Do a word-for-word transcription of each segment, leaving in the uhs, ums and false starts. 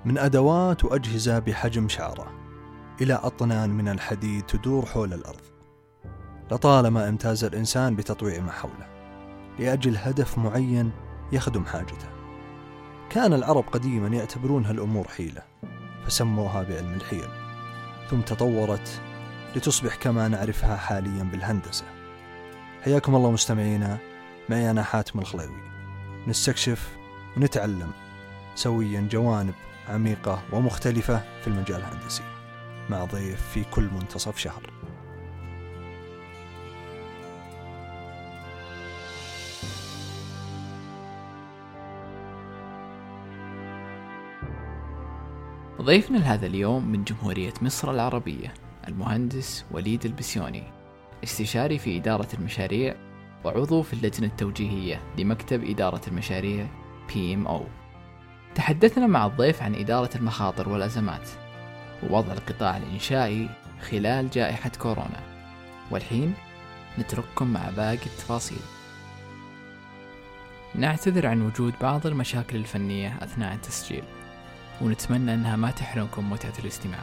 من أدوات وأجهزة بحجم شعرة إلى أطنان من الحديد تدور حول الأرض. لطالما امتاز الإنسان بتطويع ما حوله لأجل هدف معين يخدم حاجته. كان العرب قديما يعتبرون هالأمور حيلة فسموها بعلم الحيل، ثم تطورت لتصبح كما نعرفها حاليا بالهندسة. حياكم الله مستمعينا، معي أنا حاتم الخليوي، نستكشف ونتعلم سويا جوانب عميقة ومختلفة في المجال الهندسي مع ضيف في كل منتصف شهر. ضيفنا لهذا اليوم من جمهورية مصر العربية المهندس وليد البسيوني، استشاري في إدارة المشاريع وعضو في اللجنة التوجيهية لمكتب إدارة المشاريع بي إم أو. تحدثنا مع الضيف عن إدارة المخاطر والأزمات ووضع القطاع الإنشائي خلال جائحة كورونا، والحين نترككم مع باقي التفاصيل. نعتذر عن وجود بعض المشاكل الفنية أثناء التسجيل، ونتمنى أنها ما تحرمكم متعة الاستماع.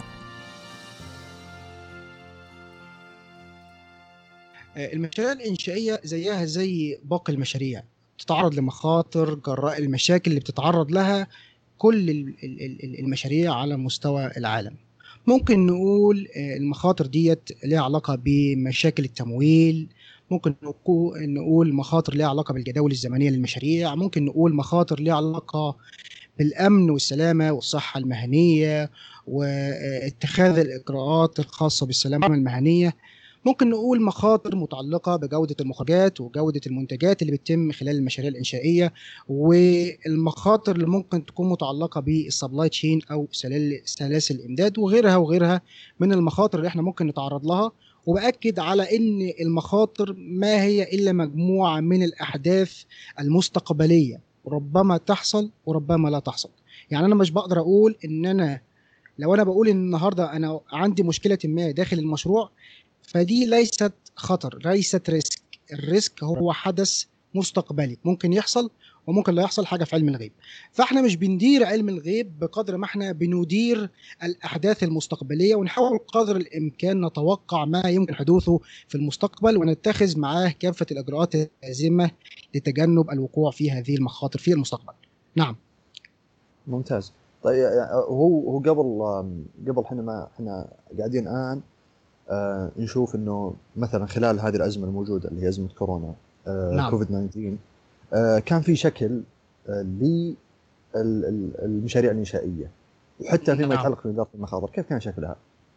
المشاريع الإنشائية زيها زي باقي المشاريع، تتعرض لمخاطر جراء المشاكل اللي بتتعرض لها كل المشاريع على مستوى العالم. ممكن نقول المخاطر ديت لها علاقة بمشاكل التمويل، ممكن نقول مخاطر لها علاقة بالجداول الزمنية للمشاريع، ممكن نقول مخاطر لها علاقة بالأمن والسلامة والصحة المهنية واتخاذ الإجراءات الخاصة بالسلامة المهنية، ممكن نقول مخاطر متعلقة بجودة المخرجات وجودة المنتجات اللي بتتم خلال المشاريع الإنشائية، والمخاطر اللي ممكن تكون متعلقة بالسبلاي تشين أو سلاسل الإمداد وغيرها وغيرها من المخاطر اللي احنا ممكن نتعرض لها. وبأكد على أن المخاطر ما هي إلا مجموعة من الأحداث المستقبلية، ربما تحصل وربما لا تحصل. يعني أنا مش بقدر أقول إن أنا لو أنا بقول إن النهاردة أنا عندي مشكلة ما داخل المشروع، فدي ليست خطر، ليست ريسك. الريسك هو حدث مستقبلي ممكن يحصل وممكن لا يحصل، حاجة في علم الغيب. فاحنا مش بندير علم الغيب بقدر ما احنا بندير الأحداث المستقبلية، ونحاول قدر الإمكان نتوقع ما يمكن حدوثه في المستقبل ونتخذ معاه كافة الإجراءات اللازمة لتجنب الوقوع في هذه المخاطر في المستقبل. نعم، ممتاز. طيب هو هو قبل قبل احنا ما احنا قاعدين الآن آه نشوف انه مثلا خلال هذه الازمه الموجوده اللي هي ازمه كورونا آه نعم. كوفيد تسعة عشر آه كان في شكل آه للمشاريع الانشائيه وحتى فيما نعم. يتعلق باداره المخاطر، كيف كان شكلها؟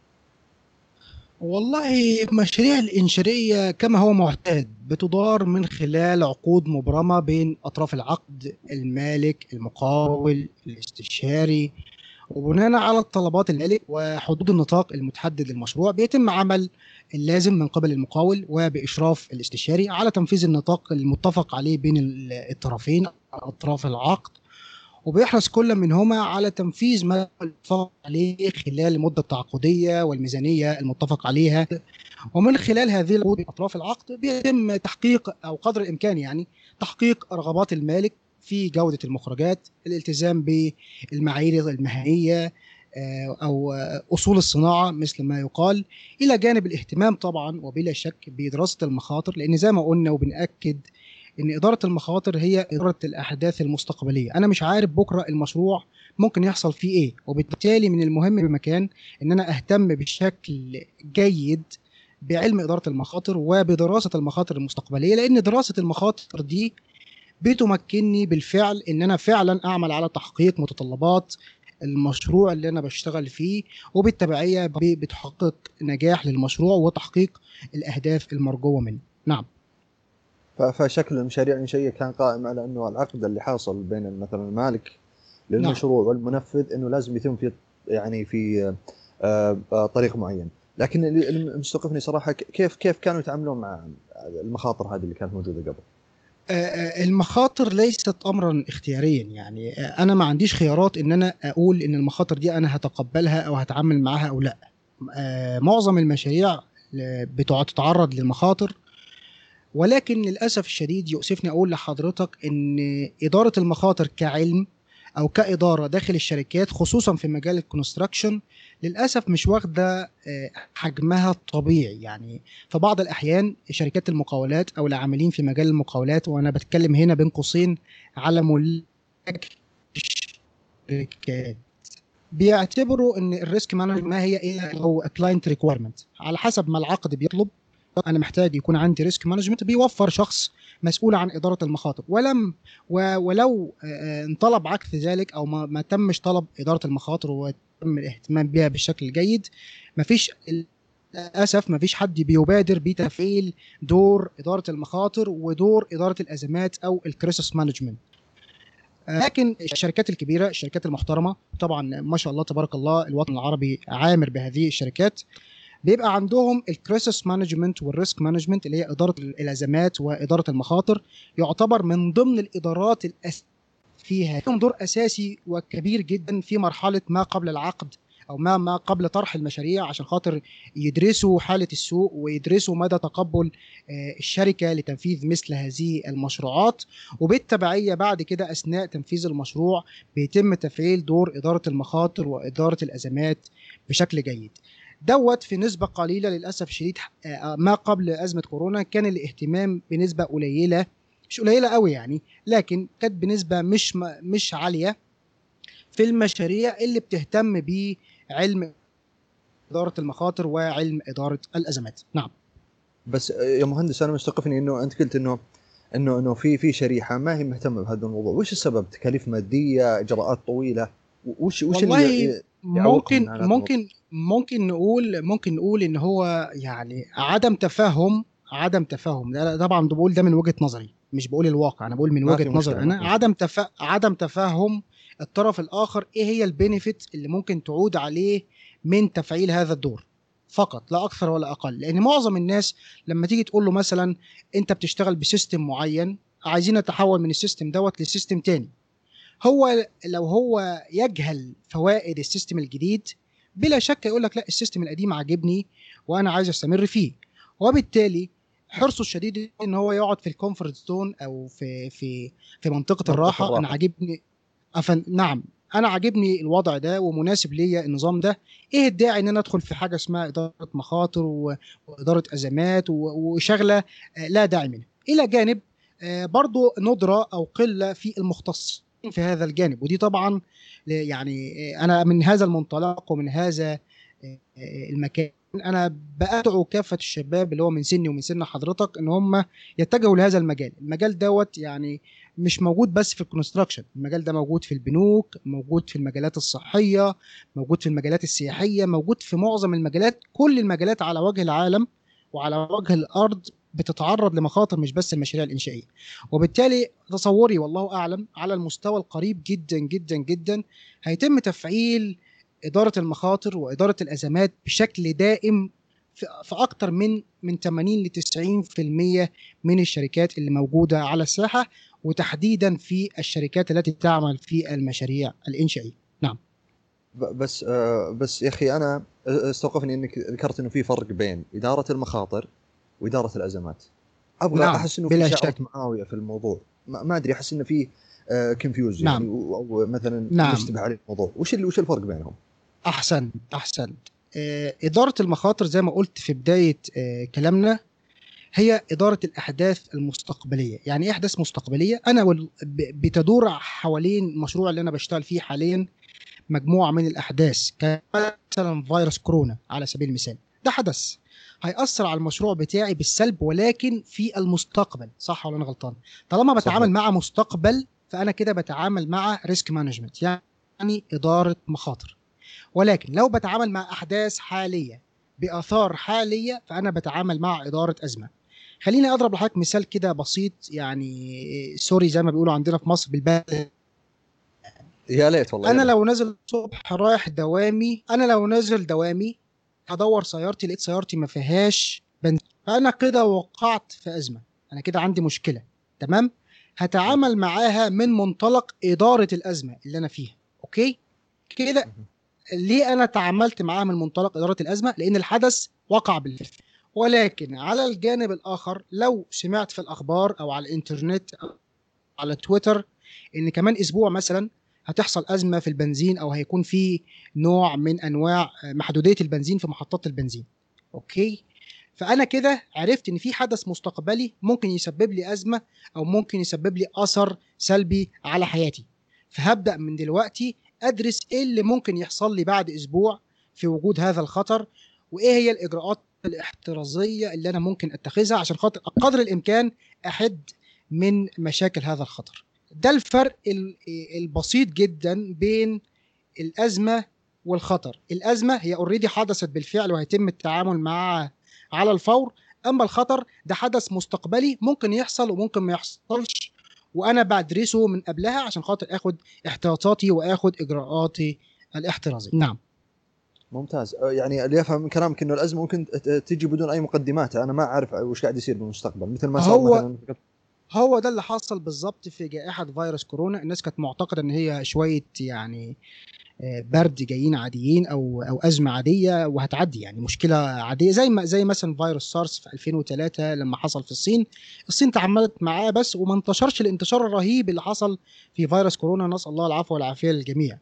والله المشاريع الإنشائية كما هو معتاد بتدار من خلال عقود مبرمة بين أطراف العقد، المالك، المقاول، الاستشاري، وبناء على الطلبات المالك وحدود النطاق المتحدد للمشروع بيتم عمل اللازم من قبل المقاول وبإشراف الاستشاري على تنفيذ النطاق المتفق عليه بين الطرفين أطراف العقد، وبيحرص كل منهما على تنفيذ ما اتفق عليه خلال المدة التعاقدية والميزانية المتفق عليها. ومن خلال هذه العقود أطراف العقد بيتم تحقيق أو قدر الإمكان يعني تحقيق رغبات المالك في جودة المخرجات، الالتزام بالمعايير المهنية أو أصول الصناعة مثل ما يقال، إلى جانب الاهتمام طبعا وبلا شك بدراسة المخاطر، لأن زي ما قلنا وبنأكد إن إدارة المخاطر هي إدارة الأحداث المستقبلية. أنا مش عارف بكرة المشروع ممكن يحصل فيه إيه، وبالتالي من المهم بمكان إن أنا أهتم بشكل جيد بعلم إدارة المخاطر وبدراسة المخاطر المستقبلية، لأن دراسة المخاطر دي بتمكنني بالفعل إن أنا فعلا أعمل على تحقيق متطلبات المشروع اللي أنا بشتغل فيه، وبالتبعية بتحقق نجاح للمشروع وتحقيق الأهداف المرجوة منه. نعم. فشكل المشاريع الإنشائية كان قائم على أنه العقد اللي حاصل بين مثلا المالك للمشروع نعم. والمنفذ أنه لازم يتم في يعني في طريق معين. لكن اللي مستوقفني صراحة كيف كيف كانوا يتعاملون مع المخاطر هذه اللي كانت موجودة قبل؟ المخاطر ليست أمرا اختياريا، يعني أنا ما عنديش خيارات إن أنا أقول إن المخاطر دي أنا هتقبلها أو هتعامل معها أو لا. معظم المشاريع بتتعرض للمخاطر، ولكن للأسف الشديد يؤسفني أقول لحضرتك إن إدارة المخاطر كعلم او كاداره داخل الشركات خصوصا في مجال الكونستراكشن للاسف مش واخده حجمها الطبيعي. يعني في بعض الاحيان شركات المقاولات او العاملين في مجال المقاولات، وانا بتكلم هنا بين قوسين على ملاك الشركات، بيعتبروا ان الريسك مانجمنت ما هي الا هو كلاينت ريكويرمنت، على حسب ما العقد بيطلب انا محتاج يكون عندي ريسك مانجمنت، بيوفر شخص مسؤول عن اداره المخاطر. ولم ولو انطلب عكس ذلك او ما, ما تمش طلب اداره المخاطر وتم الاهتمام بها بشكل جيد، مفيش للاسف مفيش حد بيبادر بتفعيل دور اداره المخاطر ودور اداره الازمات او الكريسيس مانجمنت. لكن الشركات الكبيره، الشركات المحترمه، طبعا ما شاء الله تبارك الله الوطن العربي عامر بهذه الشركات، بيبقى عندهم الكريسيس مانجمنت والريسك مانجمنت اللي هي اداره الازمات واداره المخاطر، يعتبر من ضمن الادارات الأس... فيها لهم دور اساسي وكبير جدا في مرحله ما قبل العقد او ما ما قبل طرح المشاريع، عشان خاطر يدرسوا حاله السوق ويدرسوا مدى تقبل الشركه لتنفيذ مثل هذه المشروعات، وبالتبعيه بعد كده اثناء تنفيذ المشروع بيتم تفعيل دور اداره المخاطر واداره الازمات بشكل جيد. دوت في نسبة قليلة للأسف الشديد. ما قبل أزمة كورونا كان الاهتمام بنسبة قليلة، مش قليلة قوي يعني، لكن كانت بنسبة مش مش عالية في المشاريع اللي بتهتم بعلم إدارة المخاطر وعلم إدارة الأزمات. نعم. بس يا مهندس أنا مستوقفني إنه أنت قلت إنه إنه إنه في في شريحة ما هي مهتمة بهذا الموضوع، وش السبب؟ تكاليف مادية، إجراءات طويلة، وش وش اللي ممكن ممكن ممكن نقول ممكن نقول ان هو يعني عدم تفاهم عدم تفاهم ده طبعا بقول ده من وجهة نظري، مش بقول الواقع، انا بقول من وجهة نظري انا. عدم تفا... عدم تفاهم الطرف الاخر ايه هي البينيفيت اللي ممكن تعود عليه من تفعيل هذا الدور فقط، لا اكثر ولا اقل. لان معظم الناس لما تيجي تقول له مثلا انت بتشتغل بسيستم معين، عايزين نتحول من السيستم دوت لسيستم تاني، هو لو هو يجهل فوائد السيستم الجديد بلا شك يقول لك لا السيستم القديم عاجبني وانا عايز استمر فيه، وبالتالي حرصه الشديد ان هو يقعد في الكومفورت زون او في في في منطقه الراحه. الراحة. انا عاجبني أفن... نعم انا عاجبني الوضع ده ومناسب ليا النظام ده، ايه الداعي ان انا ادخل في حاجه اسمها اداره مخاطر واداره ازمات وشغله لا داعي منها، الى جانب برضو ندره او قله في المختص في هذا الجانب. ودي طبعا يعني انا من هذا المنطلق ومن هذا المكان انا بدعو كافه الشباب اللي هو من سني ومن سن حضرتك ان هم يتجهوا لهذا المجال. المجال دوت يعني مش موجود بس في الكونستراكشن، المجال ده موجود في البنوك، موجود في المجالات الصحيه، موجود في المجالات السياحيه، موجود في معظم المجالات. كل المجالات على وجه العالم وعلى وجه الارض بتتعرض لمخاطر، مش بس المشاريع الإنشائية. وبالتالي تصوري والله أعلم على المستوى القريب جدا جدا جدا هيتم تفعيل إدارة المخاطر وإدارة الأزمات بشكل دائم في أكتر من من ثمانين لتسعين بالمئة من الشركات اللي موجودة على الساحة، وتحديدا في الشركات التي تعمل في المشاريع الإنشائية. نعم. بس بس يا أخي أنا استوقفني إنك ذكرت إنه في فرق بين إدارة المخاطر وإدارة الأزمات. أبغى نعم. أحس إنه في شعرة معاوية في الموضوع، ما, ما أدري، أحس إنه في كونفيوز نعم. يعني أو مثلا نعم. مشتبه عليه الموضوع. وش اللي وش الفرق بينهم؟ أحسن أحسن آه إدارة المخاطر زي ما قلت في بداية آه كلامنا هي إدارة الأحداث المستقبلية. يعني إيه أحداث مستقبلية؟ أنا بتدور حوالين مشروع اللي أنا بشتغل فيه حاليا مجموعة من الأحداث، كمثلا فيروس كورونا على سبيل المثال، ده حدث هيأثر على المشروع بتاعي بالسلب ولكن في المستقبل، صح ولا أنا غلطان؟ طالما بتعامل صحيح. مع مستقبل فأنا كده بتعامل مع ريسك مانجمنت، يعني إدارة مخاطر. ولكن لو بتعامل مع أحداث حالية بآثار حالية فأنا بتعامل مع إدارة أزمة. خليني أضرب لحضرتك مثال كده بسيط، يعني سوري زي ما بيقولوا عندنا في مصر بالبلد. يا ليت والله. أنا لو نازل الصبح رايح دوامي، أنا لو نازل دوامي هدور سيارتي لقيت سيارتي ما فيهاش بنزين، فأنا كده وقعت في أزمة، أنا كده عندي مشكلة. تمام؟ هتعامل معاها من منطلق إدارة الأزمة اللي أنا فيها. أوكي؟ كده ليه أنا تعاملت معاها من منطلق إدارة الأزمة؟ لأن الحدث وقع بالفعل. ولكن على الجانب الآخر لو سمعت في الأخبار أو على الإنترنت أو على تويتر إن كمان أسبوع مثلا هتحصل أزمة في البنزين أو هيكون في نوع من أنواع محدودية البنزين في محطات البنزين. أوكي، فأنا كده عرفت إن في حدث مستقبلي ممكن يسبب لي أزمة أو ممكن يسبب لي أثر سلبي على حياتي، فهبدأ من دلوقتي أدرس إيه اللي ممكن يحصل لي بعد أسبوع في وجود هذا الخطر، وإيه هي الإجراءات الاحترازية اللي أنا ممكن أتخذها عشان خاطر قدر الإمكان أحد من مشاكل هذا الخطر. ده الفرق البسيط جدا بين الأزمة والخطر. الأزمة هي اوريدي حدثت بالفعل وهيتم التعامل معها على الفور، أما الخطر ده حدث مستقبلي ممكن يحصل وممكن ما يحصلش، وأنا بدرسه من قبلها عشان خاطر أخد احتياطاتي وأخد إجراءاتي الاحترازية. نعم ممتاز. يعني اللي يفهم من كلامك إنه الأزمة ممكن تجي بدون أي مقدمات، أنا ما أعرف وش قاعد يصير بالمستقبل، مثل ما صار هو مثلا هو ده اللي حصل بالظبط في جائحة فيروس كورونا. الناس كانت معتقدة إن هي شوية يعني برد جايين عاديين او او ازمه عاديه وهتعدي، يعني مشكله عاديه زي ما زي مثلا فيروس سارس في ألفين وثلاثة لما حصل في الصين. الصين تعاملت معاه بس وما انتشرش الانتشار الرهيب اللي حصل في فيروس كورونا، نسال الله العفو والعافيه للجميع.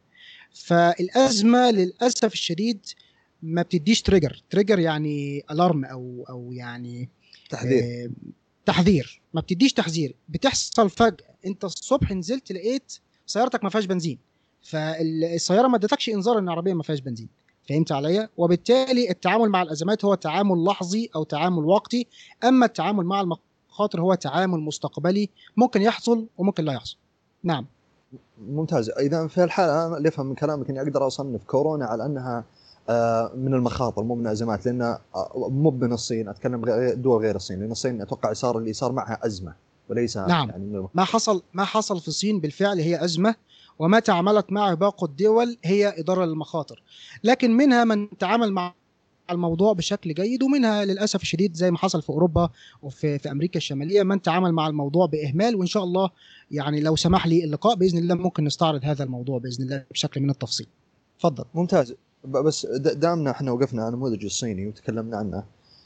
فالازمه للاسف الشديد ما بتديش تريجر تريجر يعني الارم او او يعني تحذير آه تحذير ما بتديش تحذير، بتحصل فجاه. انت الصبح نزلت لقيت سيارتك ما فيهاش بنزين، فالسياره ما ادتكش انذار ان العربيه ما فيهاش بنزين. فهمت عليا؟ وبالتالي التعامل مع الازمات هو تعامل لحظي او تعامل وقتي، اما التعامل مع المخاطر هو تعامل مستقبلي ممكن يحصل وممكن لا يحصل. نعم ممتاز. اذا في الحاله انا اللي افهم من كلامك اني اقدر اصنف كورونا على انها من المخاطر مو من الازمات، لان مو من الصين، اتكلم دول غير الصين، لان الصين اتوقع صار اللي صار معها ازمه وليس نعم. يعني ما حصل ما حصل في الصين بالفعل هي ازمه، وما تعاملت معه باقي الدول هي إدارة للمخاطر، لكن منها من تعامل مع الموضوع بشكل جيد، ومنها للأسف الشديد زي ما حصل في أوروبا وفي في أمريكا الشمالية من تعامل مع الموضوع بإهمال. وإن شاء الله يعني لو سمح لي اللقاء بإذن الله ممكن نستعرض هذا الموضوع بإذن الله بشكل من التفصيل. تفضل. ممتاز. بس دامنا احنا وقفنا على النموذج الصيني وتكلمنا عنه،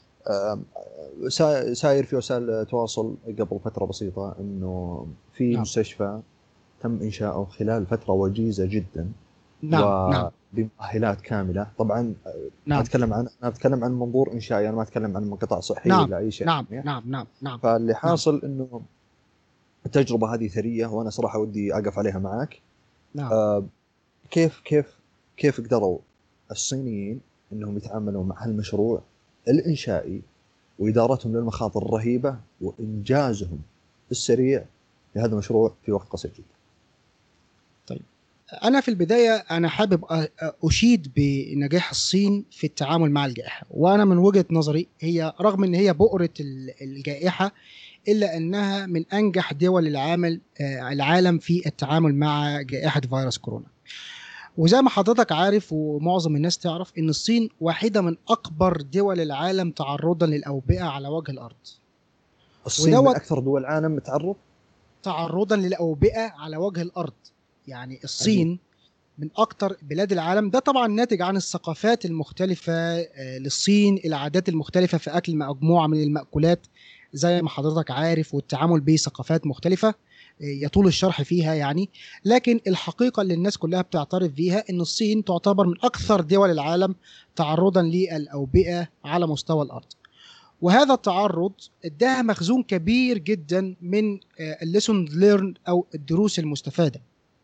ساير في وسائل التواصل قبل فترة بسيطة انه في نعم. مستشفى تم إنشاؤه خلال فترة وجيزة جدا، نعم نعم بمؤهلات كاملة. طبعا نعم. أتكلم عن أنا أتكلم عن منظور إنشائي، أنا ما أتكلم عن قطاع صحي نعم. ولا أي شيء. نعم نعم نعم نعم. فاللي حاصل نعم. إنه التجربة هذه ثرية، وأنا صراحة ودي أقف عليها معك. نعم. آه كيف كيف كيف قدروا الصينيين إنهم يتعاملوا مع هالمشروع الإنشائي وإدارتهم للمخاطر الرهيبة وإنجازهم السريع لهذا المشروع في وقت قصير جدا؟ طيب أنا في البداية أنا حابب أشيد بنجاح الصين في التعامل مع الجائحة، وأنا من وجهة نظري هي رغم أن هي بؤرة الجائحة إلا أنها من أنجح دول العالم العالم في التعامل مع جائحة فيروس كورونا. وزي ما حضرتك عارف ومعظم الناس تعرف أن الصين واحدة من أكبر دول العالم تعرضا للأوبئة على وجه الأرض. الصين من أكثر دول العالم تعرض تعرضا للأوبئة على وجه الأرض، يعني الصين أجيب. من أكثر بلاد العالم. ده طبعا ناتج عن الثقافات المختلفة للصين، العادات المختلفة في أكل مجموعة من المأكولات زي ما حضرتك عارف، والتعامل بثقافات مختلفة يطول الشرح فيها يعني. لكن الحقيقة اللي الناس كلها بتعترف بيها إن الصين تعتبر من أكثر دول العالم تعرضا للأوبئة على مستوى الأرض، وهذا التعرض اداها مخزون كبير جدا من الليسون ليرن أو الدروس المستفادة.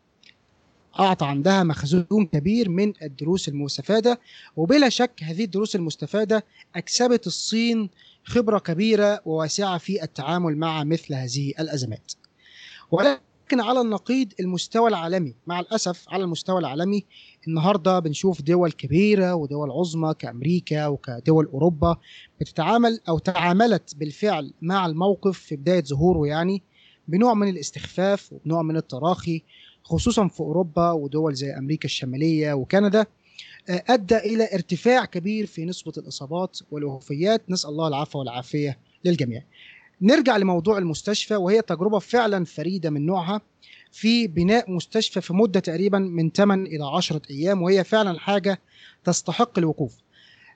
أعطى عندها مخزون كبير من الدروس المستفادة، وبلا شك هذه الدروس المستفادة أكسبت الصين خبرة كبيرة وواسعة في التعامل مع مثل هذه الأزمات. ولكن على النقيض المستوى العالمي، مع الأسف على المستوى العالمي النهاردة بنشوف دول كبيرة ودول عظمى كأمريكا وكدول أوروبا بتتعامل أو تعاملت بالفعل مع الموقف في بداية ظهوره يعني بنوع من الاستخفاف وبنوع من التراخي، خصوصا في أوروبا ودول زي أمريكا الشمالية وكندا، أدى إلى ارتفاع كبير في نسبة الإصابات والوفيات، نسأل الله العفو والعافية للجميع. نرجع لموضوع المستشفى، وهي تجربة فعلا فريدة من نوعها في بناء مستشفى في مدة تقريبا من ثمانية إلى عشرة أيام، وهي فعلا حاجة تستحق الوقوف.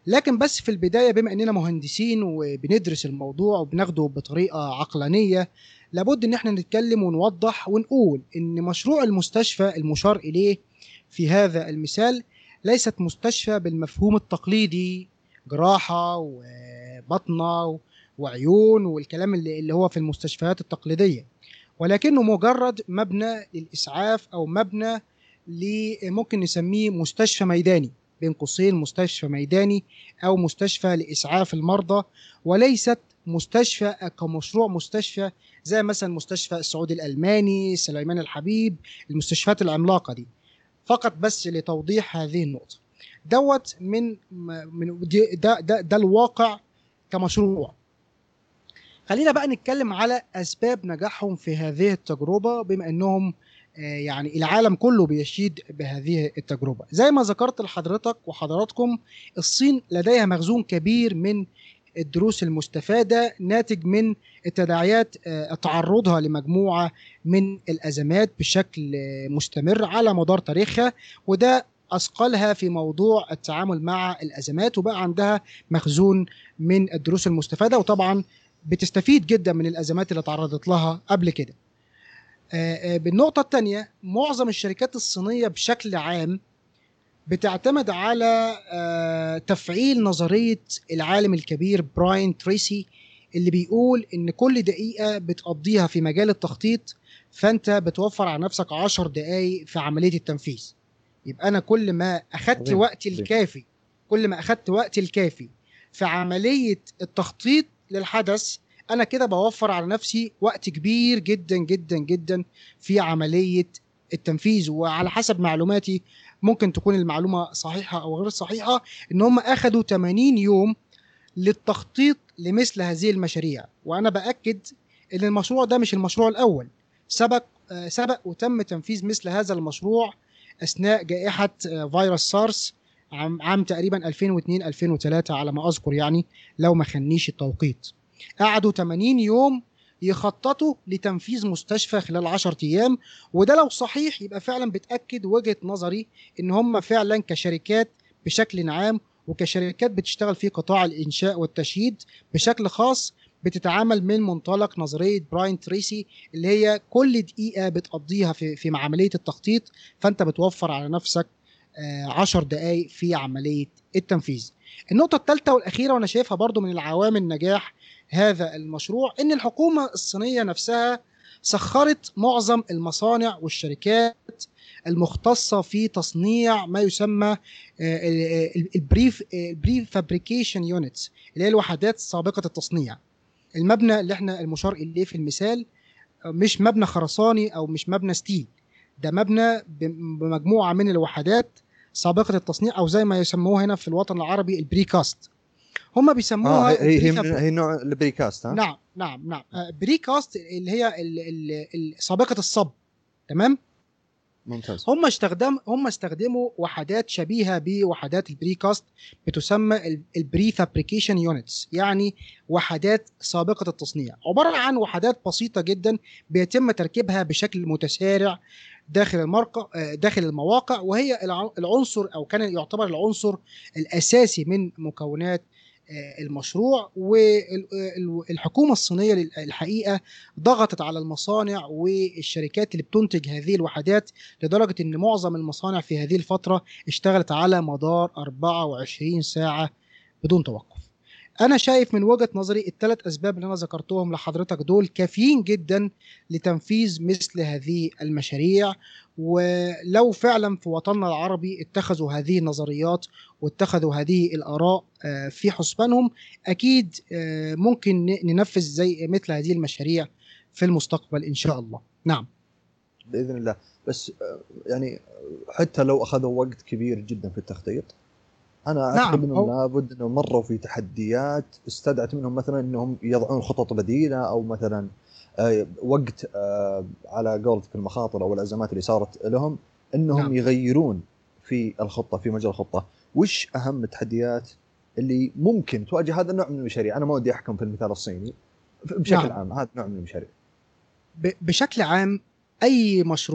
لكن بس في البداية بما أننا مهندسين وبندرس الموضوع وبناخده بطريقة عقلانية، لابد أن احنا نتكلم ونوضح ونقول أن مشروع المستشفى المشار إليه في هذا المثال ليست مستشفى بالمفهوم التقليدي، جراحة وبطنة وعيون والكلام اللي هو في المستشفيات التقليدية، ولكنه مجرد مبنى للإسعاف أو مبنى ممكن نسميه مستشفى ميداني، بين قوسين مستشفى ميداني أو مستشفى لإسعاف المرضى، وليست مستشفى كمشروع مستشفى زي مثلا مستشفى السعودي الألماني، سليمان الحبيب، المستشفيات العملاقة دي. فقط بس لتوضيح هذه النقطة دوت من من ده ده ده الواقع كمشروع. خلينا بقى نتكلم على أسباب نجاحهم في هذه التجربة، بما أنهم يعني العالم كله بيشيد بهذه التجربة. زي ما ذكرت لحضرتك وحضراتكم، الصين لديها مخزون كبير من الدروس المستفادة ناتج من التداعيات تعرضها لمجموعة من الأزمات بشكل مستمر على مدار تاريخها، وده أثقلها في موضوع التعامل مع الأزمات، وبقى عندها مخزون من الدروس المستفادة، وطبعا بتستفيد جدا من الأزمات اللي تعرضت لها قبل كده. بالنقطة الثانية، معظم الشركات الصينية بشكل عام بتعتمد على تفعيل نظرية العالم الكبير براين تريسي، اللي بيقول إن كل دقيقة بتقضيها في مجال التخطيط فأنت بتوفر على نفسك عشر دقايق في عملية التنفيذ. يبقى أنا كل ما أخدت وقتي الكافي كل ما أخدت وقتي الكافي في عملية التخطيط للحدث، أنا كده بوفر على نفسي وقت كبير جدا جدا جدا في عملية التنفيذ. وعلى حسب معلوماتي، ممكن تكون المعلومة صحيحة أو غير صحيحة، إن هم أخدوا ثمانين يوم للتخطيط لمثل هذه المشاريع. وأنا بأكد إن المشروع ده مش المشروع الأول، سبق سبق وتم تنفيذ مثل هذا المشروع أثناء جائحة فيروس سارس عام, عام تقريبا ألفين واثنين ألفين وثلاثة على ما أذكر، يعني لو ما خنيش التوقيت. قعدوا ثمانين يوم يخططوا لتنفيذ مستشفى خلال عشرة أيام. وده لو صحيح يبقى فعلا بتأكد وجهة نظري إن هم فعلا كشركات بشكل عام وكشركات بتشتغل في قطاع الإنشاء والتشييد بشكل خاص بتتعامل من منطلق نظرية براين تريسي، اللي هي كل دقيقة بتقضيها في في عملية التخطيط فأنت بتوفر على نفسك عشر دقايق في عملية التنفيذ. النقطة الثالثة والأخيرة، وأنا شايفها برضو من العوامل نجاح هذا المشروع، إن الحكومة الصينية نفسها سخرت معظم المصانع والشركات المختصة في تصنيع ما يسمى البريف البري فابريكيشن يونتس، اللي هي الوحدات سابقة التصنيع. المبنى اللي احنا المشار إليه في المثال مش مبنى خرساني أو مش مبنى ستيل، ده مبنى بمجموعة من الوحدات سابقة التصنيع، أو زي ما يسموه هنا في الوطن العربي البريكاست. هم بيسموها آه هي هي, هي نوع البريكاست. ها؟ نعم نعم نعم بريكاست اللي هي سابقة الصب. تمام، ممتاز. هم استخدم هم استخدموا وحدات شبيهة بوحدات البريكاست بتسمى البري فابريكيشن يونتس، يعني وحدات سابقة التصنيع، عبارة عن وحدات بسيطة جدا بيتم تركيبها بشكل متسارع داخل المرقى داخل المواقع، وهي العنصر أو كان يعتبر العنصر الأساسي من مكونات المشروع. والحكومة الصينية الحقيقة ضغطت على المصانع والشركات اللي بتنتج هذه الوحدات، لدرجة أن معظم المصانع في هذه الفترة اشتغلت على مدار أربعة وعشرين ساعة بدون توقف. أنا شايف من وجهة نظري الثلاث أسباب اللي أنا ذكرتهم لحضرتك دول كافيين جدا لتنفيذ مثل هذه المشاريع. ولو فعلا في وطننا العربي اتخذوا هذه النظريات واتخذوا هذه الآراء في حسبانهم، أكيد ممكن ننفذ زي مثل هذه المشاريع في المستقبل إن شاء الله. نعم بإذن الله. بس يعني حتى لو أخذوا وقت كبير جدا في التخطيط، أنا أعتقد نعم. أنهم لابد أنهم مروا في تحديات استدعت منهم مثلا أنهم يضعون خطط بديلة، أو مثلا وقت على قولتك المخاطر أو الأزمات اللي صارت لهم أنهم نعم. يغيرون في الخطة في مجال الخطة. وش أهم التحديات اللي ممكن تواجه هذا النوع من المشاريع؟ أنا ما ودي أحكم في المثال الصيني بشكل نعم. عام، هذا نوع من المشاريع بشكل عام. أي مشروع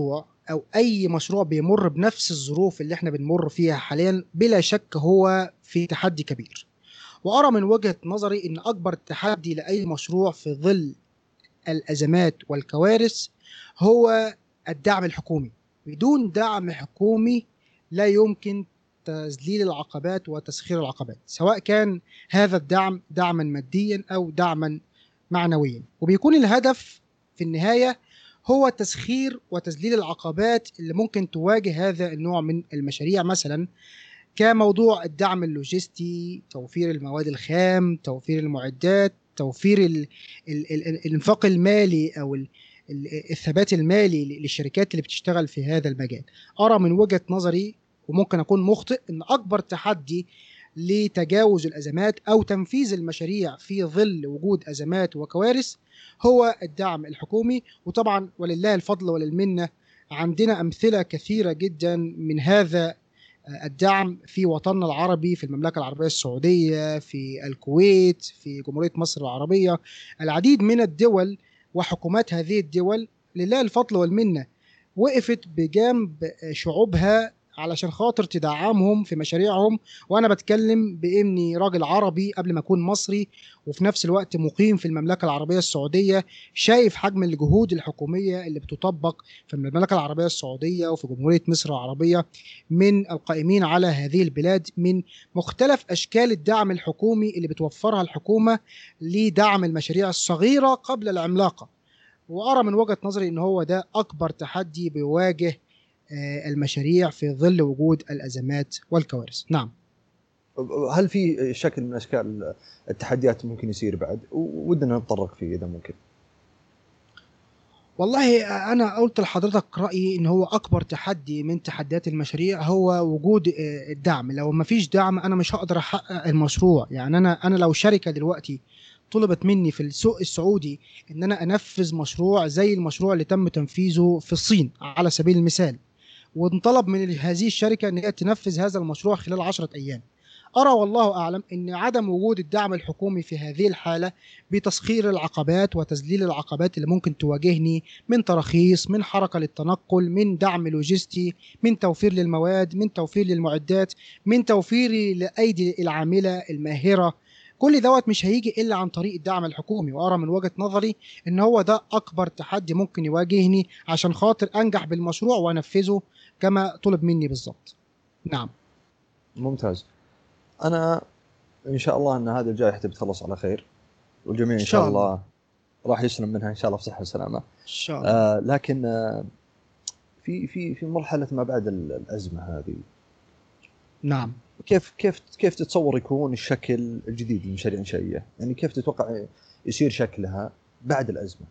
أو أي مشروع بيمر بنفس الظروف اللي احنا بنمر فيها حاليا بلا شك هو في تحدي كبير. وأرى من وجهة نظري أن أكبر تحدي لأي مشروع في ظل الأزمات والكوارث هو الدعم الحكومي. بدون دعم حكومي لا يمكن تذليل العقبات وتسخير العقبات، سواء كان هذا الدعم دعما ماديا أو دعما معنويا. وبيكون الهدف في النهاية هو تسخير وتذليل العقبات اللي ممكن تواجه هذا النوع من المشاريع، مثلا كموضوع الدعم اللوجستي، توفير المواد الخام، توفير المعدات، توفير ال ال ال الانفاق المالي أو ال الثبات المالي للشركات اللي بتشتغل في هذا المجال. أرى من وجهة نظري، وممكن أكون مخطئ، أن أكبر تحدي لتجاوز الأزمات أو تنفيذ المشاريع في ظل وجود أزمات وكوارث هو الدعم الحكومي. وطبعا ولله الفضل وللمنة عندنا أمثلة كثيرة جدا من هذا الدعم في وطننا العربي، في المملكة العربية السعودية، في الكويت، في جمهورية مصر العربية. العديد من الدول وحكومات هذه الدول لله الفضل والمنة وقفت بجانب شعوبها علشان خاطر تدعمهم في مشاريعهم. وأنا بتكلم بإني راجل عربي قبل ما أكون مصري، وفي نفس الوقت مقيم في المملكة العربية السعودية، شايف حجم الجهود الحكومية اللي بتطبق في المملكة العربية السعودية وفي جمهورية مصر العربية من القائمين على هذه البلاد، من مختلف أشكال الدعم الحكومي اللي بتوفرها الحكومة لدعم المشاريع الصغيرة قبل العملاقة. وأرى من وجهة نظري إن هو ده أكبر تحدي بيواجه المشاريع في ظل وجود الأزمات والكوارث. نعم. هل في شكل من أشكال التحديات ممكن يصير بعد ودنا نتطرق فيه إذا ممكن؟ والله أنا قلت لحضرتك رأيي إن هو أكبر تحدي من تحديات المشاريع هو وجود الدعم. لو ما فيش دعم أنا مش هقدر أحقق المشروع. يعني أنا أنا لو شركة دلوقتي طلبت مني في السوق السعودي إن أنا أنفذ مشروع زي المشروع اللي تم تنفيذه في الصين على سبيل المثال، وانطلب من هذه الشركة أن هي تنفذ هذا المشروع خلال عشرة أيام، أرى والله أعلم أن عدم وجود الدعم الحكومي في هذه الحالة بتسخير العقبات وتذليل العقبات اللي ممكن تواجهني من تراخيص، من حركة للتنقل، من دعم لوجستي، من توفير للمواد، من توفير للمعدات، من توفير لأيدي العاملة الماهرة، كل دوت مش هيجي إلا عن طريق الدعم الحكومي. وأرى من وجهة نظري إن هو ده أكبر تحدي ممكن يواجهني عشان خاطر أنجح بالمشروع وأنفذه كما طلب مني بالضبط. نعم. ممتاز. أنا إن شاء الله أن هذه الجائحة بتخلص على خير، والجميع إن شاء الله, الله راح يسلم منها إن شاء الله بصحة وسلامة إن شاء الله. آه لكن آه في في في مرحلة ما بعد الأزمة هذه. نعم. كيف كيف كيف تتصور يكون الشكل الجديد للمشاريع الإنشائية؟ يعني كيف تتوقع يصير شكلها بعد الأزمة؟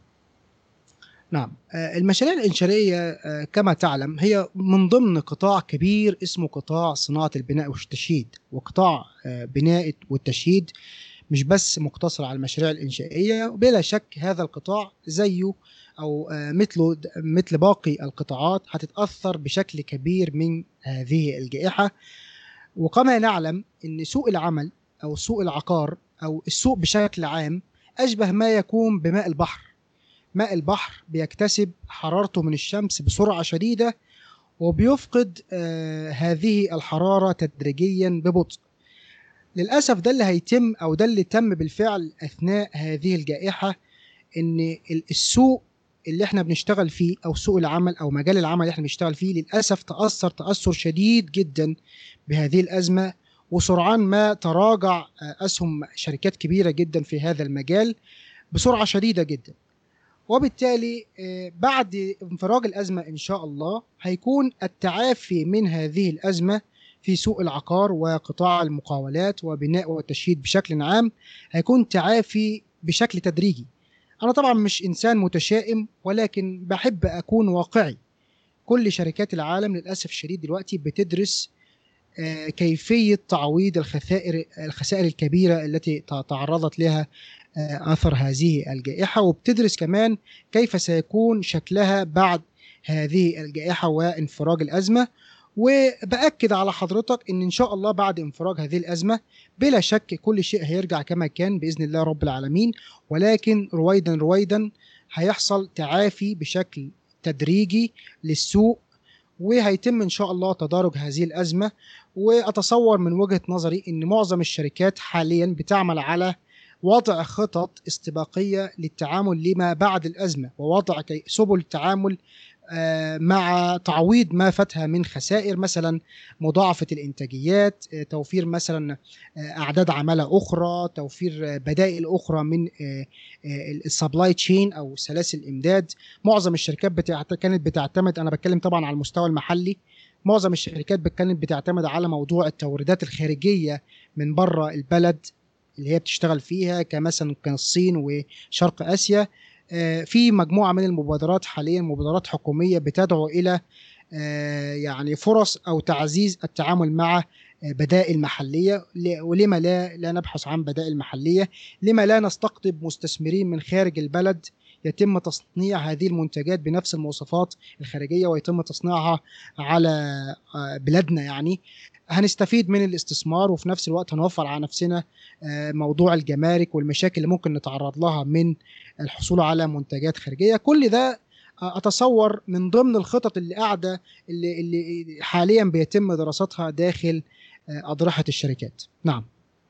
نعم. المشاريع الإنشائية كما تعلم هي من ضمن قطاع كبير اسمه قطاع صناعة البناء والتشييد. وقطاع بناء والتشييد مش بس مقتصر على المشاريع الإنشائية، بلا شك هذا القطاع زيه أو مثله مثل باقي القطاعات هتتأثر بشكل كبير من هذه الجائحة. وكما نعلم أن سوق العمل أو سوق العقار أو السوق بشكل عام أشبه ما يكون بماء البحر. ماء البحر بيكتسب حرارته من الشمس بسرعة شديدة وبيفقد آه هذه الحرارة تدريجيا ببطء. للأسف ده اللي هيتم أو ده اللي تم بالفعل أثناء هذه الجائحة، إن السوق اللي احنا بنشتغل فيه أو سوق العمل أو مجال العمل اللي احنا بنشتغل فيه للأسف تأثر تأثر شديد جدا بهذه الأزمة. وسرعان ما تراجع أسهم شركات كبيرة جدا في هذا المجال بسرعة شديدة جدا. وبالتالي بعد انفراج الأزمة إن شاء الله هيكون التعافي من هذه الأزمة في سوق العقار وقطاع المقاولات وبناء والتشييد بشكل عام هيكون تعافي بشكل تدريجي. أنا طبعا مش إنسان متشائم، ولكن بحب أكون واقعي. كل شركات العالم للأسف الشديد دلوقتي بتدرس كيفية تعويض الخسائر الخسائر الكبيرة التي تعرضت لها أثر هذه الجائحة، وبتدرس كمان كيف سيكون شكلها بعد هذه الجائحة وانفراج الأزمة. وبأكد على حضرتك إن إن شاء الله بعد انفراج هذه الأزمة بلا شك كل شيء هيرجع كما كان بإذن الله رب العالمين، ولكن رويدا رويدا هيحصل تعافي بشكل تدريجي للسوق وهيتم إن شاء الله تدارج هذه الأزمة. وأتصور من وجهة نظري أن معظم الشركات حاليا بتعمل على وضع خطط استباقية للتعامل لما بعد الأزمة، ووضع سبل التعامل مع تعويض ما فاتها من خسائر، مثلا مضاعفة الإنتاجيات، توفير مثلا أعداد عمالة أخرى، توفير بدائل أخرى من السبلاي تشين أو سلاسل الإمداد. معظم الشركات بتاعت كانت بتعتمد، أنا بتكلم طبعا على المستوى المحلي، معظم الشركات كانت بتعتمد على موضوع التوريدات الخارجية من بره البلد اللي هي بتشتغل فيها، كمثلا كان الصين وشرق آسيا. في مجموعة من المبادرات حاليا، مبادرات حكومية بتدعو إلى يعني فرص أو تعزيز التعامل مع بدائل محلية. ولما لا لا نبحث عن بدائل محلية؟ لما لا نستقطب مستثمرين من خارج البلد يتم تصنيع هذه المنتجات بنفس المواصفات الخارجية ويتم تصنيعها على بلادنا؟ يعني هنستفيد من الاستثمار، وفي نفس الوقت هنوفر على نفسنا موضوع الجمارك والمشاكل اللي ممكن نتعرض لها من الحصول على منتجات خارجية. كل ده أتصور من ضمن الخطط اللي قاعدة اللي, اللي حاليا بيتم دراستها داخل أضرحة الشركات. نعم.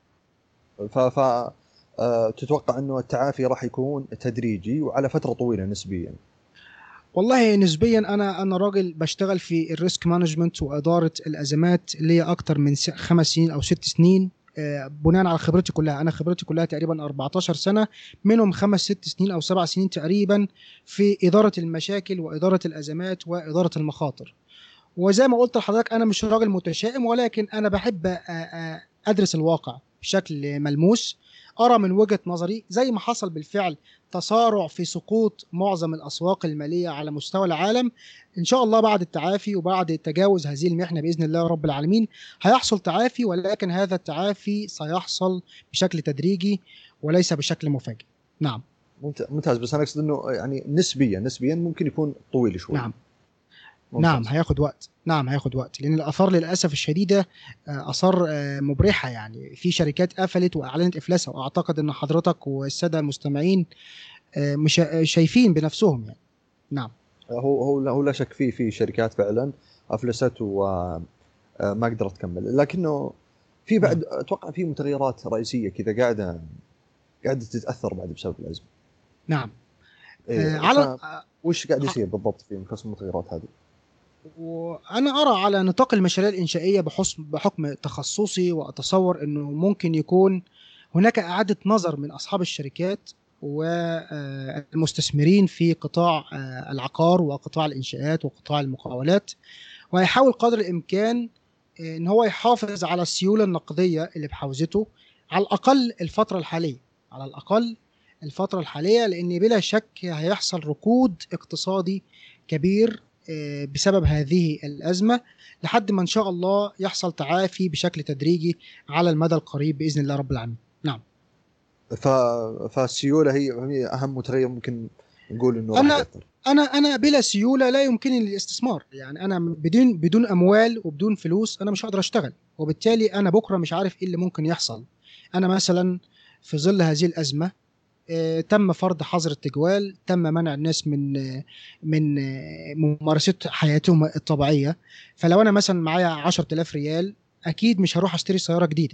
ف ف تتوقع أنه التعافي راح يكون تدريجي وعلى فترة طويلة نسبيا؟ والله نسبيا أنا أنا راجل بشتغل في الريسك مانجمنت وإدارة الأزمات لي أكتر من خمس سنين أو ست سنين، بناء على خبرتي كلها. أنا خبرتي كلها تقريبا أربعتاشر سنة، منهم خمس ست سنين أو سبع سنين تقريبا في إدارة المشاكل وإدارة الأزمات وإدارة المخاطر. وزي ما قلت لحضرتك أنا مش راجل متشائم، ولكن أنا بحب أدرس الواقع بشكل ملموس، أرى من وجهة نظري زي ما حصل بالفعل تسارع في سقوط معظم الأسواق المالية على مستوى العالم. إن شاء الله بعد التعافي وبعد تجاوز هذه المحنة بإذن الله رب العالمين هيحصل تعافي، ولكن هذا التعافي سيحصل بشكل تدريجي وليس بشكل مفاجئ. نعم. ممتاز. بس أنا أقصد أنه يعني نسبيا نسبيا ممكن يكون طويل شوي. نعم. ممتاز. نعم هياخد وقت. نعم هياخد وقت، لأن الآثار للأسف الشديدة آثار مبرحة. يعني في شركات قفلت وأعلنت إفلاسها، وأعتقد أن حضرتك والسادة المستمعين مش شايفين بنفسهم يعني. نعم. هو هو هو لا شك فيه في شركات فعلا أفلست وما قدرت تكمل، لكنه في بعد أتوقع في متغيرات رئيسية كذا قاعدة قاعدة تتأثر بعد بسبب الأزمة. نعم. إيه على وش قاعد يصير بالضبط في قسم المتغيرات هذه؟ وأنا أرى على نطاق المشاريع الإنشائية بحكم تخصصي، وأتصور أنه ممكن يكون هناك إعادة نظر من أصحاب الشركات والمستثمرين في قطاع العقار وقطاع الإنشاءات وقطاع المقاولات، ويحاول قدر الإمكان أن هو يحافظ على السيولة النقدية اللي بحوزته على الأقل الفترة الحالية على الأقل الفترة الحالية لأن بلا شك هيحصل ركود اقتصادي كبير بسبب هذه الأزمة، لحد ما إن شاء الله يحصل تعافي بشكل تدريجي على المدى القريب بإذن الله رب العالمين. نعم. ف... فالسيولة هي هي أهم متغير ممكن نقول إنه أنا راح يأثر. أنا أنا بلا سيولة لا يمكنني الاستثمار. يعني أنا بدون بدون أموال وبدون فلوس أنا مش هقدر أشتغل، وبالتالي أنا بكرة مش عارف إيه اللي ممكن يحصل. أنا مثلا في ظل هذه الأزمة آه، تم فرض حظر التجوال، تم منع الناس من آه، من آه، ممارسة حياتهم الطبيعية. فلو أنا مثلا معايا عشرة آلاف ريال أكيد مش هروح أشتري سيارة جديدة،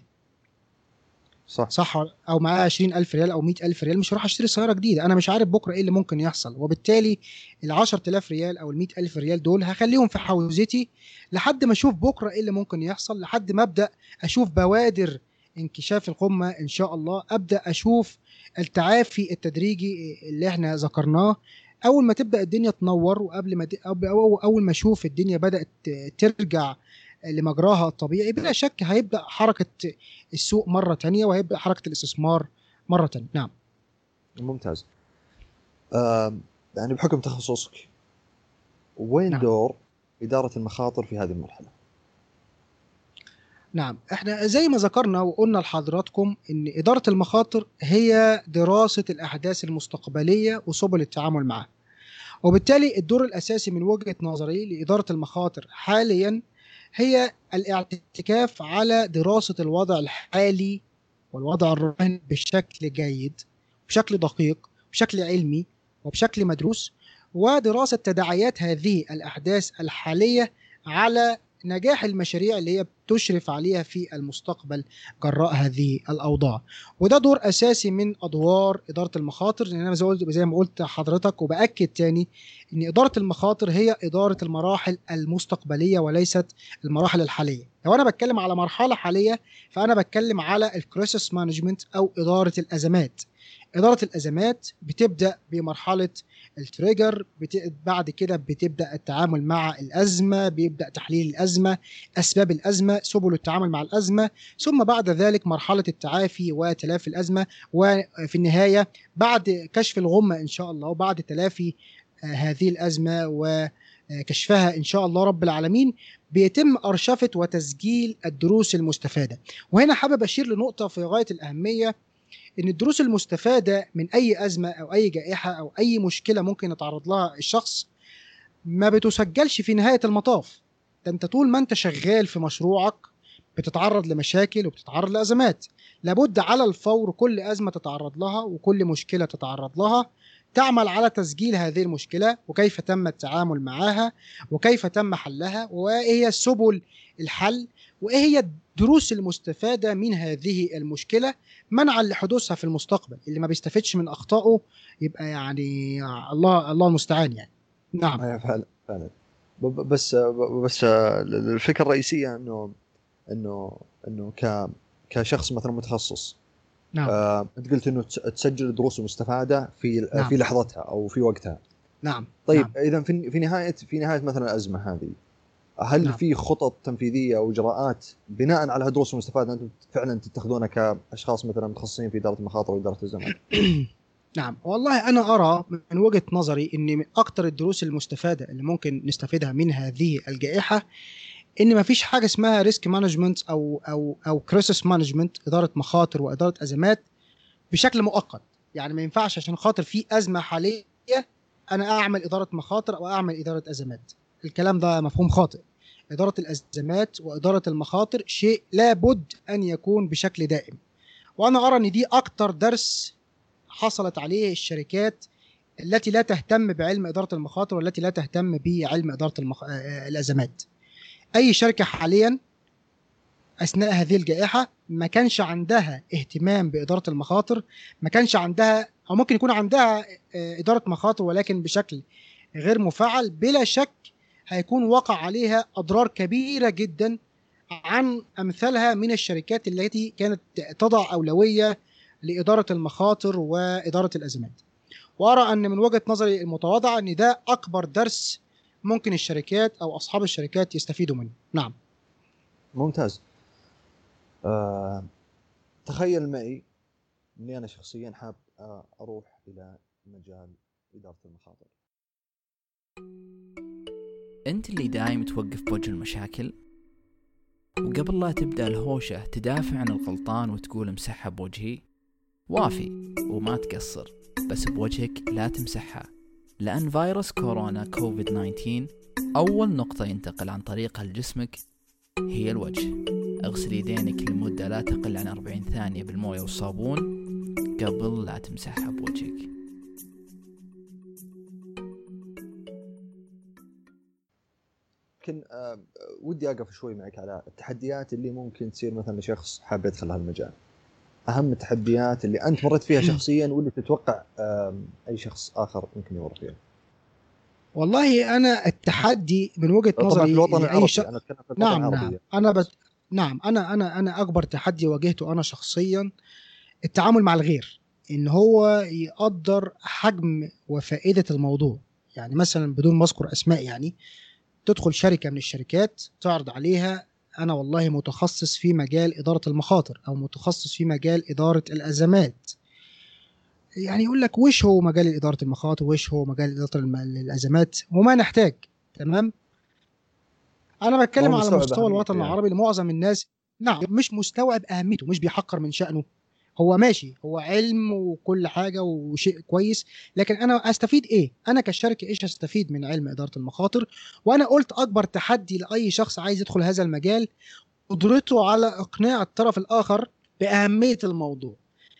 صح صح؟ أو معايا عشرين ألف ريال أو مئة ألف ريال مش هروح أشتري سيارة جديدة. أنا مش عارف بكرة إيه اللي ممكن يحصل، وبالتالي العشرة آلاف ريال أو المئة ألف ريال دول هخليهم في حوزتي لحد ما أشوف بكرة إيه اللي ممكن يحصل، لحد ما أبدأ أشوف بوادر انكشاف القمة إن شاء الله، أبدأ أشوف التعافي التدريجي اللي احنا ذكرناه. أول ما تبدأ الدنيا تنور، وقبل ما أو أول ما أشوف الدنيا بدأت ترجع لمجراها الطبيعي، بلا شك هيبدأ حركة السوق مرة تانية، وهيبدأ حركة الاستثمار مرة تانية. نعم. ممتاز. آه يعني بحكم تخصصك وين نعم. دور إدارة المخاطر في هذه المرحلة؟ نعم، احنا زي ما ذكرنا وقلنا لحضراتكم ان إدارة المخاطر هي دراسة الأحداث المستقبلية وسبل التعامل معها، وبالتالي الدور الأساسي من وجهة نظري لإدارة المخاطر حاليا هي الاعتكاف على دراسة الوضع الحالي والوضع الراهن بشكل جيد، بشكل دقيق، بشكل علمي، وبشكل مدروس، ودراسة تداعيات هذه الأحداث الحالية على نجاح المشاريع اللي هي بتشرف عليها في المستقبل جراء هذه الأوضاع. وده دور أساسي من أدوار إدارة المخاطر، لأن أنا زي ما قلت حضرتك وبأكد تاني إن إدارة المخاطر هي إدارة المراحل المستقبلية وليست المراحل الحالية. لو أنا بتكلم على مرحلة حالية فأنا بتكلم على الكريسيس مانجمنت أو إدارة الأزمات. إدارة الأزمات بتبدأ بمرحلة التريجر، بت... بعد كده بتبدأ التعامل مع الأزمة، بيبدأ تحليل الأزمة، أسباب الأزمة، سبل التعامل مع الأزمة، ثم بعد ذلك مرحلة التعافي وتلافي الأزمة، وفي النهاية بعد كشف الغمة إن شاء الله وبعد تلافي آه هذه الأزمة وكشفها إن شاء الله رب العالمين بيتم أرشفة وتسجيل الدروس المستفادة. وهنا حابب أشير لنقطة في غاية الأهمية، إن الدروس المستفادة من أي أزمة أو أي جائحة أو أي مشكلة ممكن يتعرض لها الشخص ما بتسجلش في نهاية المطاف. ده أنت طول ما أنت شغال في مشروعك بتتعرض لمشاكل وبتتعرض لأزمات، لابد على الفور كل أزمة تتعرض لها وكل مشكلة تتعرض لها تعمل على تسجيل هذه المشكلة وكيف تم التعامل معها وكيف تم حلها وإيه هي سبل الحل وإيه هي الدروس المستفادة من هذه المشكلة منعا لحدوثها في المستقبل. اللي ما بيستفدش من أخطائه يبقى يعني الله الله المستعان يعني. نعم فعلا فعلا. بس بس الفكرة الرئيسية إنه إنه إنه ك كشخص مثلا متخصص، نعم آه، أنت قلت إنه تسجل دروس مستفادة في نعم. في لحظتها أو في وقتها. نعم. طيب نعم. إذا في في نهاية في نهاية مثلا الأزمة هذه، هل نعم. في خطط تنفيذية أو إجراءات بناء على هالدروس المستفادة أنتم فعلا تتخذونها كأشخاص مثلا متخصصين في إدارة المخاطر وإدارة الأزمات؟ نعم والله أنا أرى من وجهة نظري إن من أكتر الدروس المستفادة اللي ممكن نستفيدها من هذه الجائحة إن ما فيش حاجة اسمها ريسك مانجمنت أو أو أو كريسيس مانجمنت، إدارة مخاطر وإدارة أزمات بشكل مؤقت. يعني ما ينفعش عشان خاطر في أزمة حالية أنا أعمل إدارة مخاطر أو أعمل إدارة أزمات. الكلام ده مفهوم خاطئ. إدارة الأزمات وإدارة المخاطر شيء لابد أن يكون بشكل دائم. وأنا أرى أن دي أكتر درس حصلت عليه الشركات التي لا تهتم بعلم إدارة المخاطر والتي لا تهتم بعلم إدارة المخ... الأزمات. أي شركة حاليا أثناء هذه الجائحة ما كانش عندها اهتمام بإدارة المخاطر، ما كانش عندها أو ممكن يكون عندها إدارة مخاطر ولكن بشكل غير مفعل، بلا شك هيكون وقع عليها أضرار كبيرة جدا عن أمثالها من الشركات التي كانت تضع أولوية لإدارة المخاطر وإدارة الأزمات. وأرى أن من وجهة نظري المتواضعة أن ده أكبر درس ممكن الشركات أو أصحاب الشركات يستفيدوا منه. نعم ممتاز. آه، تخيل معي أني أنا شخصيا حاب أروح إلى مجال إدارة المخاطر. أنت اللي دايم توقف بوجه المشاكل وقبل لا تبدأ الهوشة تدافع عن الغلطان وتقول امسحها بوجهي. وافي وما تقصر، بس بوجهك لا تمسحها، لأن فيروس كورونا كوفيد تسعة عشر أول نقطة ينتقل عن طريقها لجسمك هي الوجه. اغسل يدينك لمدة لا تقل عن أربعين ثانية بالموية والصابون قبل لا تمسحها بوجهك. لكن آه ودي أقف شوي معك على التحديات اللي ممكن تصير مثلا لشخص حاب يدخل هالمجال. أهم التحديات اللي أنت مرت فيها شخصيا واللي تتوقع أي شخص آخر ممكن يمر فيها. والله أنا التحدي من وجهة نظري في الوطن العربي. ش... أنا أتكلم في الوطن نعم العربي. نعم أنا بت... نعم أنا أنا أنا أكبر تحدي واجهته أنا شخصيا التعامل مع الغير، إن هو يقدر حجم وفائدة الموضوع. يعني مثلا بدون ما أذكر أسماء، يعني تدخل شركة من الشركات تعرض عليها أنا والله متخصص في مجال إدارة المخاطر أو متخصص في مجال إدارة الأزمات. يعني يقول لك وش هو مجال إدارة المخاطر وش هو مجال إدارة الأزمات وما نحتاج. تمام. أنا بتكلم على مستوى الوطن يعني. العربي لمعظم الناس نعم مش مستوعب أهميته، مش بيحقر من شأنه. هو ماشي، هو علم وكل حاجة وشيء كويس، لكن أنا أستفيد إيه؟ أنا كشركة إيش أستفيد من علم إدارة المخاطر؟ وأنا قلت أكبر تحدي لأي شخص عايز يدخل هذا المجال قدرته على إقناع الطرف الآخر بأهمية الموضوع.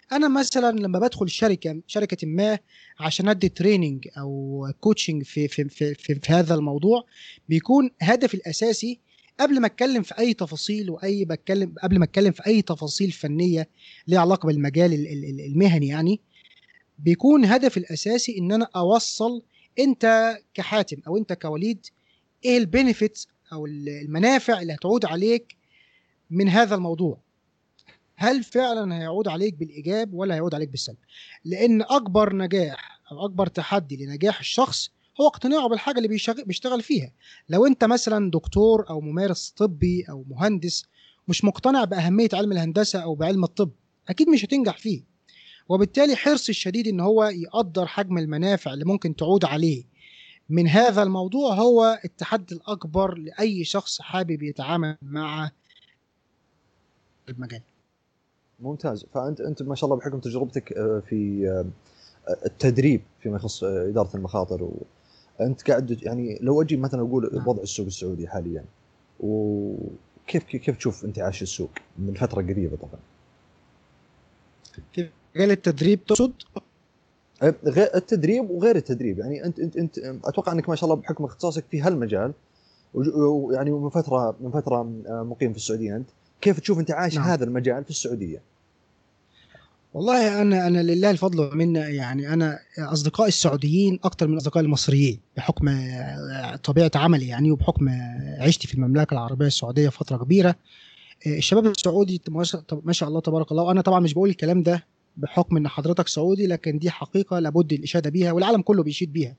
انا مثلا لما بدخل شركه شركه ما عشان ادي تريننج او كوتشنج في في في في, في هذا الموضوع، بيكون هدفي الاساسي قبل ما اتكلم في اي تفاصيل واي بتكلم قبل ما اتكلم في اي تفاصيل فنيه ليها علاقه بالمجال ال- ال- المهني يعني، بيكون هدفي الاساسي ان انا اوصل انت كحاتم او انت كوليد ايه البينيفيتس او المنافع اللي هتعود عليك من هذا الموضوع. هل فعلا هيعود عليك بالايجاب ولا هيعود عليك بالسلب؟ لان اكبر نجاح او اكبر تحدي لنجاح الشخص هو اقتناعه بالحاجه اللي بيشغ- بيشتغل فيها. لو انت مثلا دكتور او ممارس طبي او مهندس مش مقتنع باهميه علم الهندسه او بعلم الطب، اكيد مش هتنجح فيه. وبالتالي حرص الشديد ان هو يقدر حجم المنافع اللي ممكن تعود عليه من هذا الموضوع هو التحدي الاكبر لاي شخص حابب يتعامل مع المجال. ممتاز. فانت انت ما شاء الله بحكم تجربتك آه، في آه، التدريب فيما يخص آه، اداره المخاطر، وانت قاعد يعني لو اجي مثلا اقول نعم. وضع السوق السعودي حاليا، وكيف كيف تشوف انتعاش السوق من فتره قريبه طبعا؟ في مجال التدريب تقصد؟ غير التدريب وغير التدريب، يعني انت انت انت اتوقع انك ما شاء الله بحكم اختصاصك في هالمجال، ويعني من فتره من فتره مقيم في السعوديه، انت كيف تشوف انتعاش نعم. هذا المجال في السعوديه؟ والله انا انا لله الفضل والمنه، يعني انا اصدقائي السعوديين اكتر من اصدقائي المصريين بحكم آه، طبيعه عملي يعني، وبحكم آه، عشتي في المملكه العربيه السعوديه فتره كبيره. آه، الشباب السعودي ما شاء طب- ما شاء الله تبارك الله. وانا طبعا مش بقول الكلام ده بحكم ان حضرتك سعودي، لكن دي حقيقه لابد الاشاده بيها والعالم كله بيشيد بيها.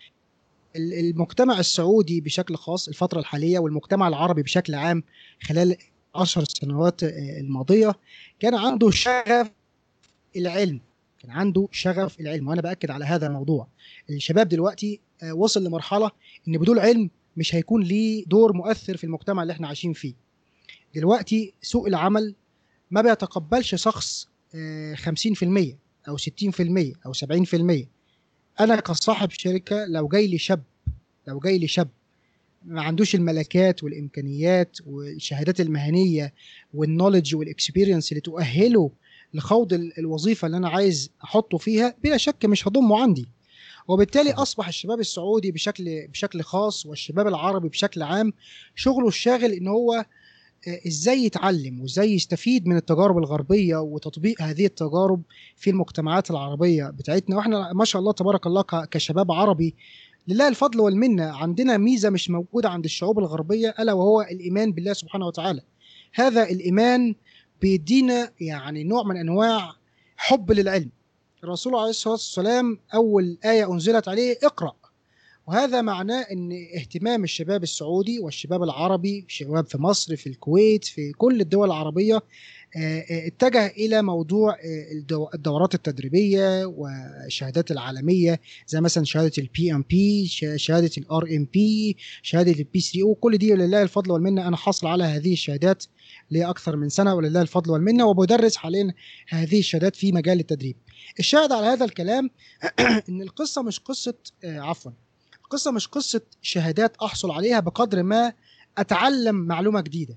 ال- المجتمع السعودي بشكل خاص الفتره الحاليه والمجتمع العربي بشكل عام خلال عشر سنوات آه، الماضيه كان عنده شغف العلم. كان عنده شغف العلم، وانا باكد على هذا الموضوع. الشباب دلوقتي آه، وصل لمرحله ان بدون علم مش هيكون ليه دور مؤثر في المجتمع اللي احنا عايشين فيه. دلوقتي سوق العمل ما بيتقبلش شخص آه، خمسين في المية او ستين في المية او سبعين في المية. انا كصاحب شركه لو جاي لي شاب لو جاي لي شاب ما عندوش الملكات والامكانيات والشهادات المهنيه والنولج والاكسبيرينس اللي تؤهله لخوض ال- الوظيفه اللي انا عايز احطه فيها، بلا شك مش هضمه عندي. وبالتالي صحيح. اصبح الشباب السعودي بشكل بشكل خاص والشباب العربي بشكل عام شغله الشاغل ان هو آه، ازاي يتعلم وازاي يستفيد من التجارب الغربيه وتطبيق هذه التجارب في المجتمعات العربيه بتاعتنا. واحنا ما شاء الله تبارك الله ك- كشباب عربي لله الفضل والمنة عندنا ميزة مش موجودة عند الشعوب الغربية، ألا وهو الإيمان بالله سبحانه وتعالى. هذا الإيمان بيدينا يعني نوع من أنواع حب للعلم. الرسول عليه الصلاة والسلام أول آية أنزلت عليه اقرأ. وهذا معناه ان اهتمام الشباب السعودي والشباب العربي، الشباب في مصر في الكويت في كل الدول العربية، آه، آه، اتجه الى موضوع آه، الدو- الدورات التدريبيه والشهادات العالميه زي مثلا شهاده البي ام بي، شهاده الار ام بي، شهاده البي سي او. كل دي ولله الفضل والمنه انا حاصل على هذه الشهادات لاكثر من سنه ولله الفضل والمنه، وبدرس حاليا هذه الشهادات في مجال التدريب. الشاهد على هذا الكلام ان القصه مش قصه آه، عفوا القصه مش قصه شهادات احصل عليها بقدر ما اتعلم معلومه جديده.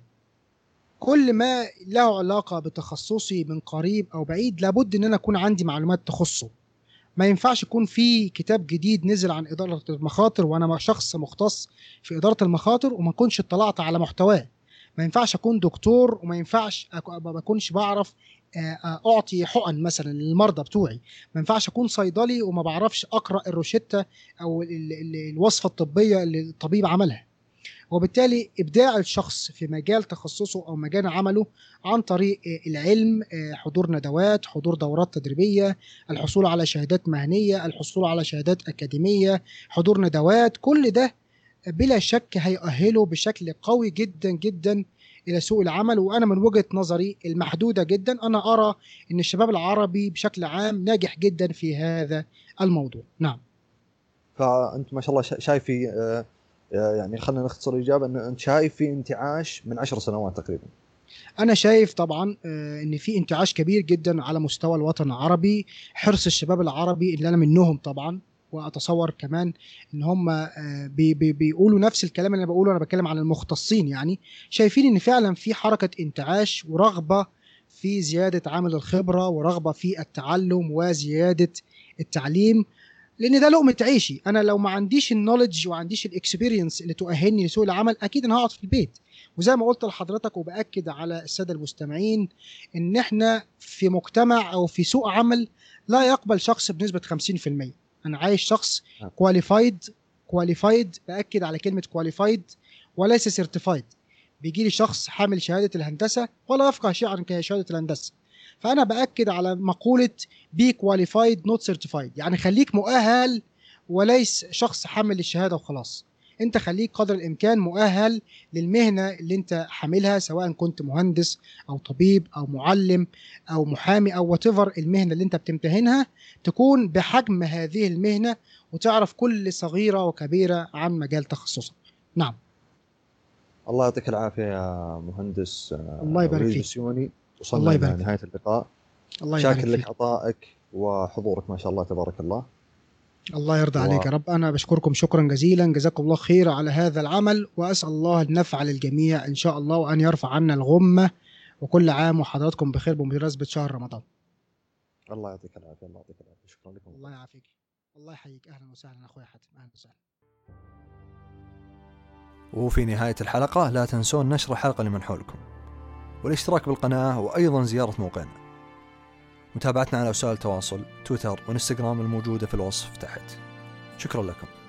كل ما له علاقة بتخصصي من قريب أو بعيد لابد إن أنا أكون عندي معلومات تخصه. ما ينفعش يكون في كتاب جديد نزل عن إدارة المخاطر وأنا شخص مختص في إدارة المخاطر وما كنتش اطلعت على محتواه. ما ينفعش أكون دكتور وما ينفعش أك- ما بكونش بعرف آه، آه، أعطي حقن مثلا للمرضى بتوعي. ما ينفعش أكون صيدلي وما بعرفش أقرأ الروشتة أو ال- ال- الوصفة الطبية اللي الطبيب عملها. وبالتالي إبداع الشخص في مجال تخصصه أو مجال عمله عن طريق العلم، حضور ندوات، حضور دورات تدريبية، الحصول على شهادات مهنية، الحصول على شهادات أكاديمية، حضور ندوات، كل ده بلا شك هيؤهله بشكل قوي جدا جدا إلى سوق العمل. وأنا من وجهة نظري المحدودة جدا أنا أرى أن الشباب العربي بشكل عام ناجح جدا في هذا الموضوع. نعم. فانت ما شاء الله شا- شايف في آه، آه، يعني خلينا نختصر الاجابه، ان انت شايف في انتعاش من عشر سنوات تقريبا. أنا شايف طبعا آه، إن في انتعاش كبير جدا على مستوى الوطن العربي. حرص الشباب العربي اللي أنا منهم طبعا، وأتصور كمان إن هم آه، بي بي بيقولوا نفس الكلام اللي أنا بقوله. أنا بتكلم عن المختصين يعني، شايفين إن فعلا في حركة انتعاش ورغبة في زيادة عامل الخبرة ورغبة في التعلم وزيادة التعليم، لان ده لقمة عيشي. انا لو ما عنديش النوليدج وعنديش الاكسبيرينس اللي تؤهلني لسوق العمل اكيد انا هقعد في البيت. وزي ما قلت لحضرتك وباكد على الساده المستمعين ان احنا في مجتمع او في سوق عمل لا يقبل شخص بنسبه خمسين في المية. انا عايز شخص كواليفايد، كواليفايد باكد على كلمه كواليفايد وليس سيرتيفايد. بيجي لي شخص حامل شهاده الهندسه ولا يفقه شيء عن شهاده الهندسه، فانا باكد على مقوله بي كواليفايد نوت سيرتيفايد، يعني خليك مؤهل وليس شخص حامل الشهاده وخلاص. انت خليك قدر الامكان مؤهل للمهنه اللي انت حاملها، سواء كنت مهندس او طبيب او معلم او محامي او واتيفر المهنه اللي انت بتمتهنها، تكون بحجم هذه المهنه وتعرف كل صغيره وكبيره عن مجال تخصصك. نعم. الله يعطيك العافيه يا مهندس الله يبارك فيك. بسيوني. وصلنا الى نهايه اللقاء. الله يبارك شاكر فيك. لك عطائك وحضورك ما شاء الله تبارك الله. الله يرضى و... عليك يا رب. أنا بشكركم شكرا جزيلا، جزاكم الله خير على هذا العمل، وأسأل الله النفع للجميع إن شاء الله، وأن يرفع عنا الغمة، وكل عام وحضراتكم بخير بمناسبة شهر رمضان. الله يعطيك العافية. الله يعطيك العافية. شكرا لكم. الله يعافيك. الله يحييك. أهلا وسهلا أخوي حاتم. أهلا وسهلا. وفي نهاية الحلقة لا تنسون نشر الحلقة لمن حولكم، والاشتراك بالقناة، وأيضا زيارة موقعنا. متابعتنا على وسائل التواصل تويتر وانستغرام الموجودة في الوصف تحت. شكرا لكم.